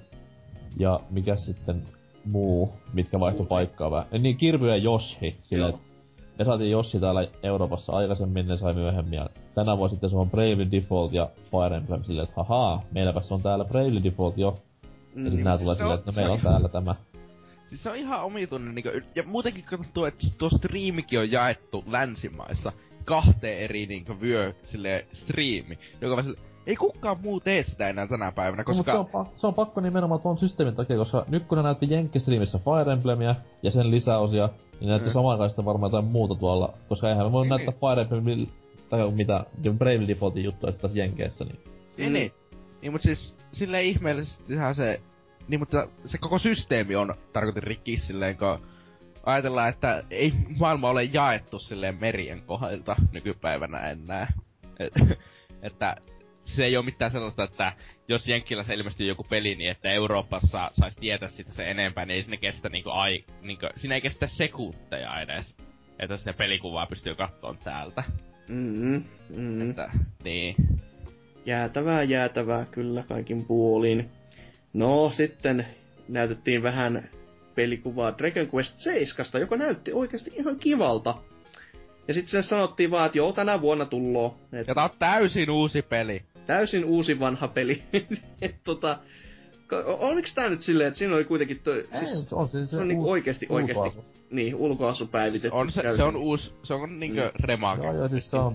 ja mikä sitten muu, mitkä vaihtui paikkaa vähän. Niin, Kirby ja Yoshi, silleen, me saatiin Yoshi täällä Euroopassa aikaisemmin, ne sai myöhemmin, ja tänä vuonna sitten se on Bravely Default ja Fire Emblem silleen, että hahaa, meilläpä se on täällä Bravely Default jo. Ja sit mm, nää tulee silleen, että no meillä on täällä tämä. Siis se on ihan omituinen, niinku, ja muutenkin katsottu, että tuo striimikin on jaettu länsimaissa kahteen eri niinku vyö silleen striimi, joka vaan silleen, ei kukaan muu tee sitä enää tänä päivänä, koska... No, se, on, se on pakko nimenomaan tuon systeemin takia, koska nyt kun ne näytti Jenkki-striimissä Fire Emblemia ja sen lisäosia, niin näytti mm. samaan aikaan varmaan jotain muuta tuolla, koska eihän me voi niin, näyttää Fire Emblemia, tai mitä, Bravely Defaultin juttuja tässä Jenkeissä, niin... Niin, niin. Niin, mut siis silleen ihmeellisestihän se... Niin, mutta se koko systeemi on tarkoitin rikki silleen, kun ajatellaan, että ei maailma ole jaettu silleen merien kohdilta nykypäivänä enää. Et, että se ei oo mitään sellaista, että jos Jenkkilässä ilmestyy joku peli, niin että Euroopassa sais tietää siitä se enempää, niin ei sinne kestä niinku ai... Niinku, siinä ei kestä sekunteja edes. Että sitä pelikuvaa pystyy kattoon täältä. Mm-hmm. Mm-hmm. Että, niin. Jäätävää, jäätävää, kyllä, kaikin puolin. No, sitten näytettiin vähän pelikuvaa Dragon Quest seitsemän, joka näytti oikeasti ihan kivalta. Ja sitten se sanottiin vaan, että joo, tänä vuonna tulloo. Et... Ja tää on täysin uusi peli. Täysin uusi vanha peli. Et tota... Oliks tää nyt silleen, että siinä oli kuitenkin toi... Ei, siis, on siis se, se on niinku oikeesti, oikeesti... Ulkoasu. Niin, ulkoasu päivitetty. On se, se on uusi, se on niinkö mm. remake. Joo, joo, siis se on...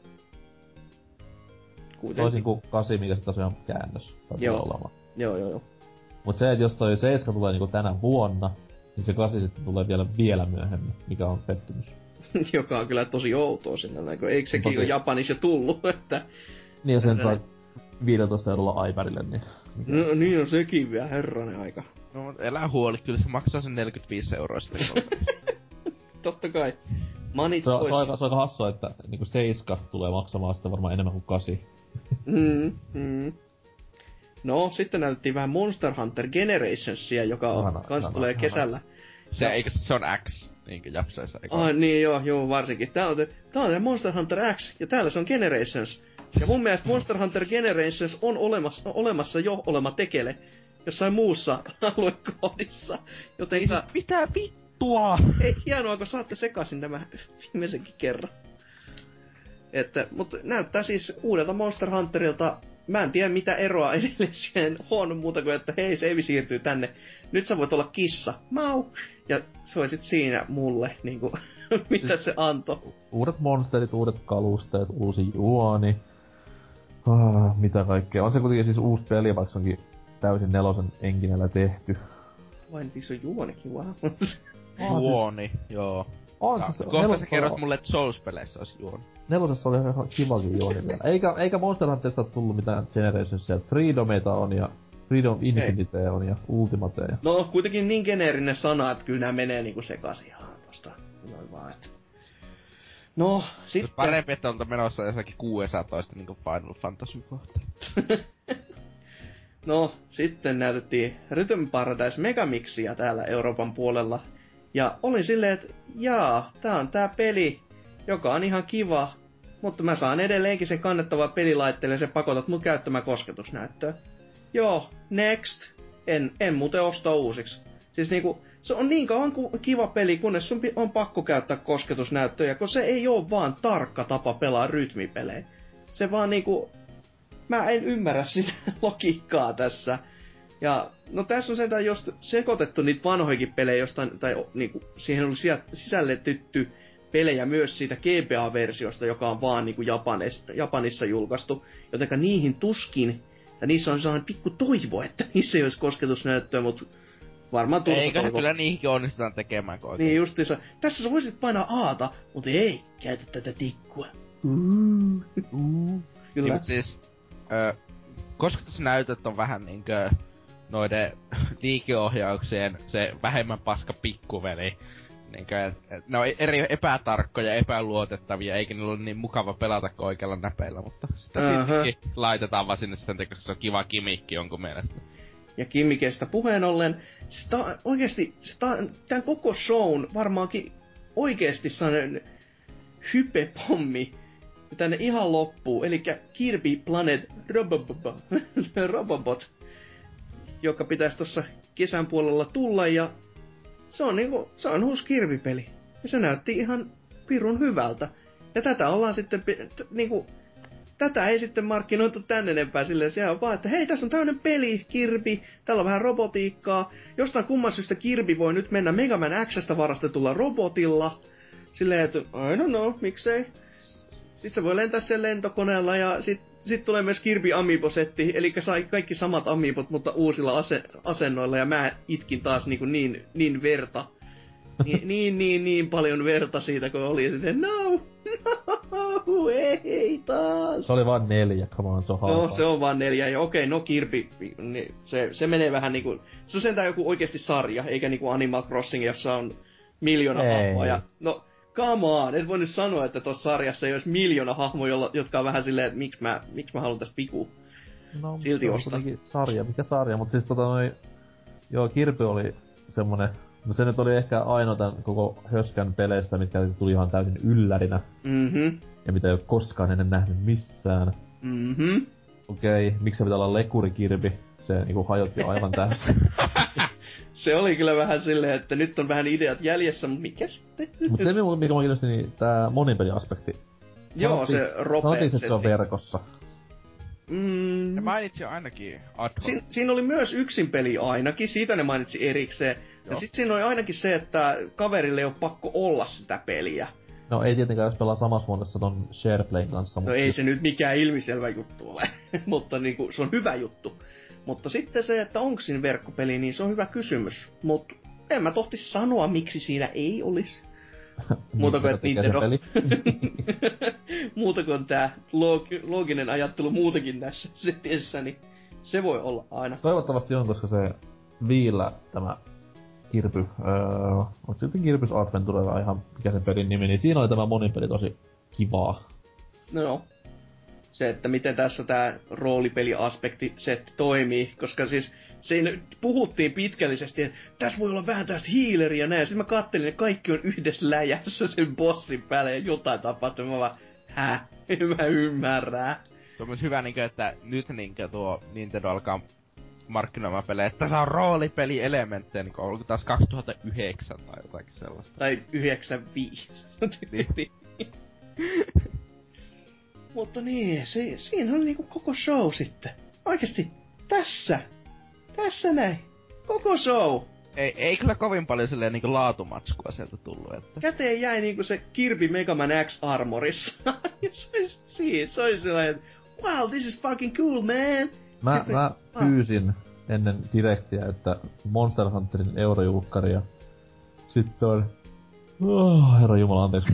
Kuitenkin. Toisin kuin kasi, mikä se taas on ihan käännös. Joo. Olemaan. Joo, joo, joo. Mut se, että jos toi seitsemän tulee niinku tänä vuonna, niin se kasi sitten tulee vielä vielä myöhemmin, mikä on pettymys. Joka on kyllä tosi outoa sinällään, kun eikö sekin ole Japanissa jo tullut, että... Niin ja sen saa viisitoista eurolla iPadille, niin... No niin on sekin vielä, herranen aika. No elää huoli, kyllä se maksaa sen neljäkymmentäviisi euroa sitten. Totta kai. Manit se, on, pois. Se on aika, se on aika hassua, että niinku seiska tulee maksamaan sitä varmaan enemmän kuin kasi. mm, mm. No, sitten näytettiin vähän Monster Hunter Generationsia, joka on, ihana, kans ihana, tulee ihana. kesällä. Se, ja... eikö se on X, niinkö Japsaissa? Ah, niin joo, joo, varsinkin. Tää on, te, tää on Monster Hunter X, ja täällä se on Generations. Ja mun mielestä Monster Hunter Generations on olemassa, olemassa jo olema tekele jossain muussa aluekoodissa. Joten sa... Mitä vittua? Ei, hienoa, kun saatte sekaisin nämä viimeisenkin kerran. Että, mutta näyttää siis uudelta Monster Hunterilta. Mä en tiedä mitä eroa edelliseen on muuta kuin, että hei, Seivi siirtyy tänne. Nyt sä voit olla kissa. Mau! Ja se olisi siinä mulle, niinku, mitä se antoi. Uudet monsterit, uudet kalusteet, uusi juoni. Ah, mitä kaikkea. On se kuitenkin siis uusi peli, vaikka onkin täysin nelosen enginellä tehty. Vain niissä on juonikin, wow. Juoni, siis... joo. On, ja, siis kohta sä kerrot mulle, että Souls-peleissä olisi juoni. Nelosessa oli ihan kivakin juoni vielä. Eikä, eikä Monster Hunterista tullut mitään Generationsia. Freedomita on ja Freedom Infinite on ja Ultimate. Ja... No, kuitenkin niin geneerinen sana, että kyllä nää menee niinku sekaisin ihan tosta. Noin vaan, että... No, sitten... Parempi, että olta menossa jossakin kuusitoista niinku Final Fantasy kohta. No, sitten näytettiin Rhythm Paradise Megamixia täällä Euroopan puolella. Ja olin silleen, että jaa, tää on tää peli, joka on ihan kiva, mutta mä saan edelleenkin sen kannettavaa pelilaitteelle ja se pakotat mut käyttämään kosketusnäyttöä. Joo, next. En, en muuten osta uusiksi. Siis niinku, se on niin kauan kiva peli, kunnes sun on pakko käyttää kosketusnäyttöjä, kun se ei oo vaan tarkka tapa pelaa rytmipelejä. Se vaan niinku, mä en ymmärrä sitä logiikkaa tässä. Ja no tässä on sentään just sekoitettu niitä vanhoikin pelejä jostain, tai niinku, siihen on sisällytetty pelejä myös siitä G B A-versiosta, joka on vaan niinku Japanista, Japanissa julkaistu. Jotenka niihin tuskin, ja niissä on sellainen pikku toivo, että niissä ei olisi kosketusnäyttöä, mutta varmaan turha Eikä toivo. kyllä niihinkin onnistutaan tekemään oikein. Niin justiinsa. Tässä sä voisit painaa Aata, mutta ei, käytä tätä tikkua. Mm. Mm. Kyllä. Niin, siis Ö, kosketusnäytöt on vähän niinkö noiden liikeohjauksien se vähemmän paska pikkuveli. Niinkö, et, et, ne on eri epätarkkoja, epäluotettavia, eikä niillä ole niin mukava pelata oikealla näpeillä, mutta sitä uh-huh. sittenkin laitetaan vaan sinne sitten, koska se on kiva kimikki jonkun mielestä. Ja kimmikeistä puheen ollen, sitä oikeesti, sitä, tämän koko shown varmaankin oikeesti sellainen hypepommi tänne ihan loppuun, elikkä Kirby Planet Robobot, Robobot joka pitäisi tossa kesän puolella tulla, ja se on niinku, se on uusi Kirby-peli. Ja se näytti ihan pirun hyvältä. Ja tätä ollaan sitten, t- niinku, tätä ei sitten markkinoitu tänne enempää silleen, se on vaan, että hei, tässä on tämmönen peli, Kirby, täällä on vähän robotiikkaa. Jostain kumman syystä Kirby voi nyt mennä Mega Man X:stä varastetulla robotilla. Silleen, että I don't know, miksei. Sitten se voi lentää sen lentokoneella ja sit, sit tulee myös Kirby Amiibo-setti, eli sai kaikki samat amiibot, mutta uusilla ase- asennoilla, ja mä itkin taas niinku niin, niin verta. Niin, niin, niin, niin paljon verta siitä, kun oli, että no, no, ei taas. Se oli vaan neljä, come on, se on halpaa. No, se on vaan neljä, ja okei, no Kirby, niin se, se menee vähän niinku, se on sentään joku oikeesti sarja, eikä niinku Animal Crossing, jossa on miljoona hahmoja. No, come on, et voi nyt sanoa, että tuossa sarjassa ei olisi miljoona hahmoja, jotka on vähän silleen, että miksi mä, miksi mä haluan tästä vikua. No, silti se ostaa. Sarja, mikä sarja, mutta siis tota noin, joo, Kirby oli semmonen, no se nyt oli ehkä ainoa tän koko höskän peleistä, mitkä tuli ihan täysin yllärinä. Mhm. Ja mitä ei ole koskaan ennen nähnyt missään. Mhm. Okei, okay, miksi se pitää olla lekuri Kirby? Se niinku hajotti aivan täysin. Se oli kyllä vähän silleen, että nyt on vähän ideat jäljessä, mutta mikä sitten? Mut se, mikä mä kiinnosti, niin tää monipeliaspekti. Joo, se rope. Sanottiin, että se on verkossa. Mm. Ne mainitsi ainakin Advon. Siin, siinä oli myös yksin peli ainakin, siitä ne mainitsi erikseen. Joo. Ja sit siinä oli ainakin se, että kaverille ei ole pakko olla sitä peliä. No ei tietenkään, jos pelaa samassa huoneessa ton SharePlayn kanssa. No ei se nyt mikään ilmiselvä juttu ole, mutta niinku, se on hyvä juttu. Mutta sitten se, että onko siinä verkkopeli, niin se on hyvä kysymys. Mutta en mä tohti sanoa, miksi siinä ei olisi. Muuta kuin, että Nintendo. Muuta kuin tää loog- looginen ajattelu muutenkin tässä setissä, niin se voi olla aina. Toivottavasti on, koska se Viillä tämä Kirby, öö, onko se sitten Kirby's Adventure vai ihan mikä sen pelin nimi, niin siinä oli tämä monipeli tosi kivaa. No, se, että miten tässä tää roolipeliaspekti setti toimii, koska siis siinä puhuttiin pitkällisesti, että tässä voi olla vähän tästä healeriä näin, ja sitten mä kattelin, että kaikki on yhdessä läjässä sen bossin päälle, ja jotain tapahtuu, mä vaan, hä? En mä ymmärrä. Se on myös hyvä, että nyt tuo Nintendo alkaa markkinoimaan pelejä, että tässä on roolipelielementtejä, niin kuin taas kaksituhattayhdeksän tai jotakin sellaista. Tai yhdeksänkymmentäviisi. Niin. Mutta niin, se, siinä on niinku koko show sitten. Oikeesti, tässä. Tässä näin. Koko show. Ei, ei kyllä kovin paljon silleen niinku laatumatskua sieltä tullut, että... Käteen jäi niinku se Kirby Mega Man X Armorissa. se oli siis, se oli sellainen, wow, this is fucking cool, man. Mä, Sitten, mä ah. pyysin ennen Directiä, että Monster Hunterin eurojulkkari ja sitten on... Oh, herra jumala, anteeksi.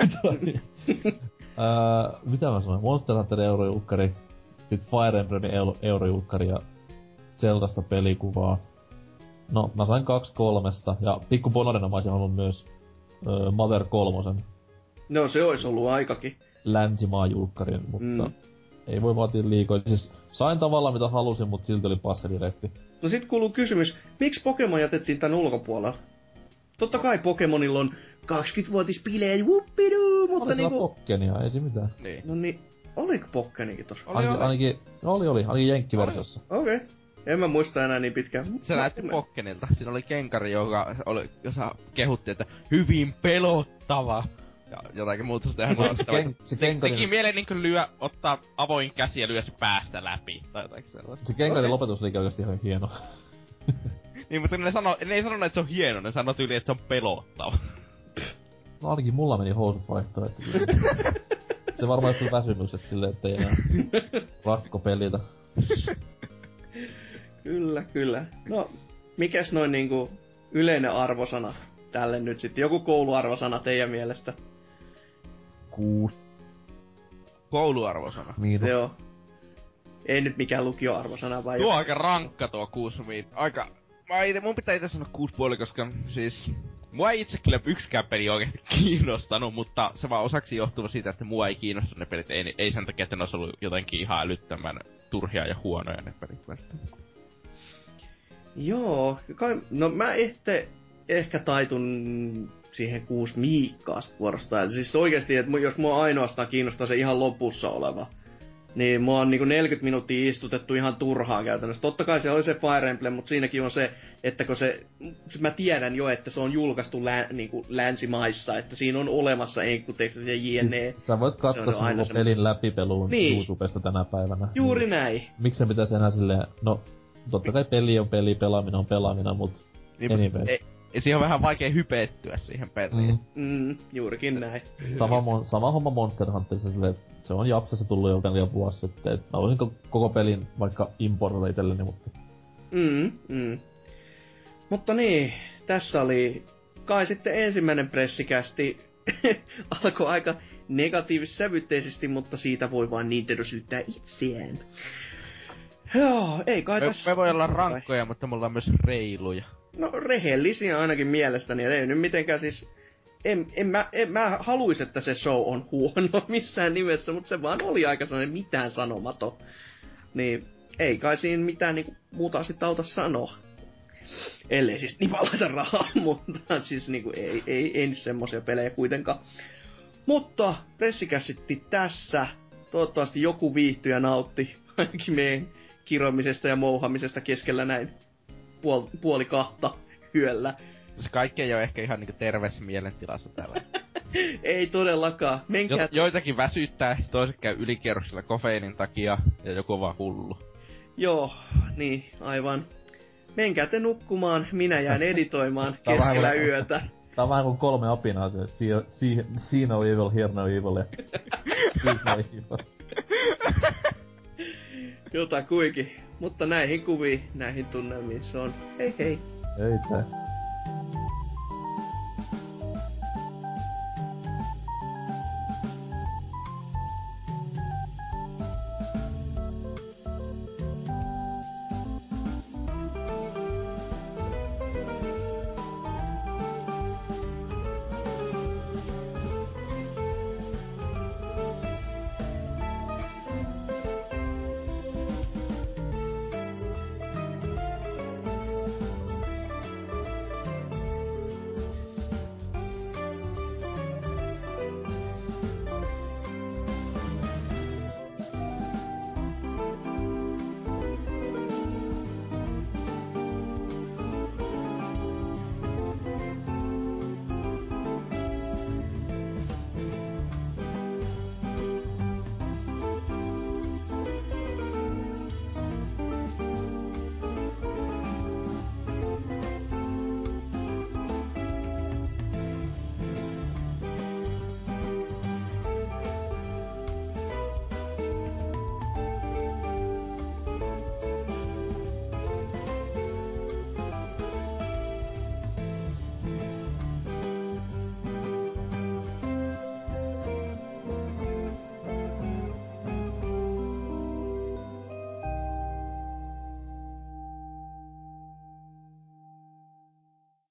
Öö, mitä mä sanoin? Monster Hunterin eurojulkkari, sit Fire Emblemin euro- eurojulkkari ja Zeldasta pelikuvaa. No, mä sain kaksi kolmesta, ja pikku bonorina mä olisin halunnut myös öö, Mother kolmosen. No, se olisi ollut aikakin. Länsimaajulkkarin, mutta mm. ei voi vaatia liikoa. Siis sain tavallaan mitä halusin, mutta silti oli paska direkti. No sit kuuluu kysymys, miksi Pokemon jätettiin tän ulkopuolella? Totta kai Pokemonilla on kaksikymmenvuotispileä, wuppiduu, mutta oli niinku... Pokkenia, ei se mitään. Niin. No niin, oliko Pokkenikin tossa? Oli, ainakin, oli. ainakin, no oli, oli, ainakin jenkkiversiossa. Okei. Okay. En mä muista enää niin pitkään. Se näytti Pokkenilta. Siinä oli kenkari, joka oli, jossa kehutti, että hyvin pelottava. Ja jotakin muuta sitä ihan se, ken, se kenkari... Teki mieleen niinkö lyö, ottaa avoin käsi ja lyö se päästä läpi. Tai jotakin sellaista. Se kenkarin okay. lopetus oli oikeesti ihan hieno. Niin, mutta ne, sano, ne ei sanonut, että se on hieno, ne sanoi tyyliin, että se on pelottava. No ainakin mulla meni housut vaihtoon, että se varmaan tuli väsymyksestä silleen, ettei enää rakko pelitä. Kyllä, kyllä. No, mikäs noin niinku yleinen arvosana tälle nyt sitten? Joku kouluarvosana teidän mielestä? Kuus. Kouluarvosana? Miinus. Joo. Ei nyt mikään lukioarvosana vai... Tuo on aika rankka tuo kuusi miin. Aika... Mä ite, mun pitää ite sanoa kuusi puoli, koska siis... Mua ei itse kyllä yksikään peli oikeesti kiinnostanut, mutta se vaan osaksi johtuva siitä, että mua ei kiinnosta ne pelit. Ei, ei sen takia, että ne olisi ollut jotenkin ihan älyttömän turhia ja huonoja ne pelit välttämättä. Joo, kai, no mä ehte, ehkä taitun siihen kuusi miikkaasta vuorostaan. Siis oikeesti, että jos mua ainoastaan kiinnostaa se ihan lopussa oleva, niin mua on niinku neljäkymmentä minuuttia istutettu ihan turhaan käytännössä. Totta kai se oli se Fire Emblem, mutta siinäkin on se, että kun se... Siis mä tiedän jo, että se on julkaistu lä, niinku länsimaissa, että siinä on olemassa enkkutekstit ja jne. Siis sä voit katsoa sen koko pelin läpipeluun niin. YouTubesta tänä päivänä. Juuri niin. näin. Miksi se pitäisi enää silleen... No, totta kai peli on peli, pelaaminen on pelaaminen, mut... Niin, anyway. Ei, siihen on vähän vaikea hypettyä siihen peliin. Mm. Mm, juurikin näin. Sama, mon, sama homma Monster Hunterissa silleen, että se on Japsassa tullut jo liian vuosi sitten. Mä voisin koko pelin vaikka importata itselleni, mutta... Mm, mm. Mutta niin, tässä oli kai sitten ensimmäinen pressikästi. Alkoi aika negatiivis-sävytteisesti, mutta siitä voi vaan Nintendo syyttää itseään. Joo, ei kai me, tässä... Me voi olla rankkoja, mutta me ollaan myös reiluja. No rehellisiä ainakin mielestäni, ei nyt mitenkään siis... En, en, mä, en mä haluis, että se show on huono missään nimessä, mutta se vaan oli aika sellainen mitään sanomaton. Niin ei kai siinä mitään niinku muuta sit auta sanoa. Ellei siis nipalaita rahaa, mutta siis niinku ei, ei, ei nyt semmosia pelejä kuitenkaan. Mutta pressikäsitti tässä. Toivottavasti joku viihtyi ja nautti ainakin meidän kiroamisesta ja mouhamisesta keskellä näin puol, puoli kahta yöllä. Siis kaikki ei oo ehkä ihan niinku terveessä mielentilassa tällä. Ei todellakaan. Menkää... Jo, joitakin väsyttää, toiset käy ylikierroksilla kofeiinin takia ja joku on vaan hullu. Joo, niin, aivan. Menkää te nukkumaan, minä jään editoimaan keskellä yötä. Tää on vähän kuin kolme apinaa se, see, see, see no evil, hear no evil ja speak no evil. Jotakuinkin. Mutta näihin kuviin, näihin tunnelmiin se on. Hei hei. Hei tää.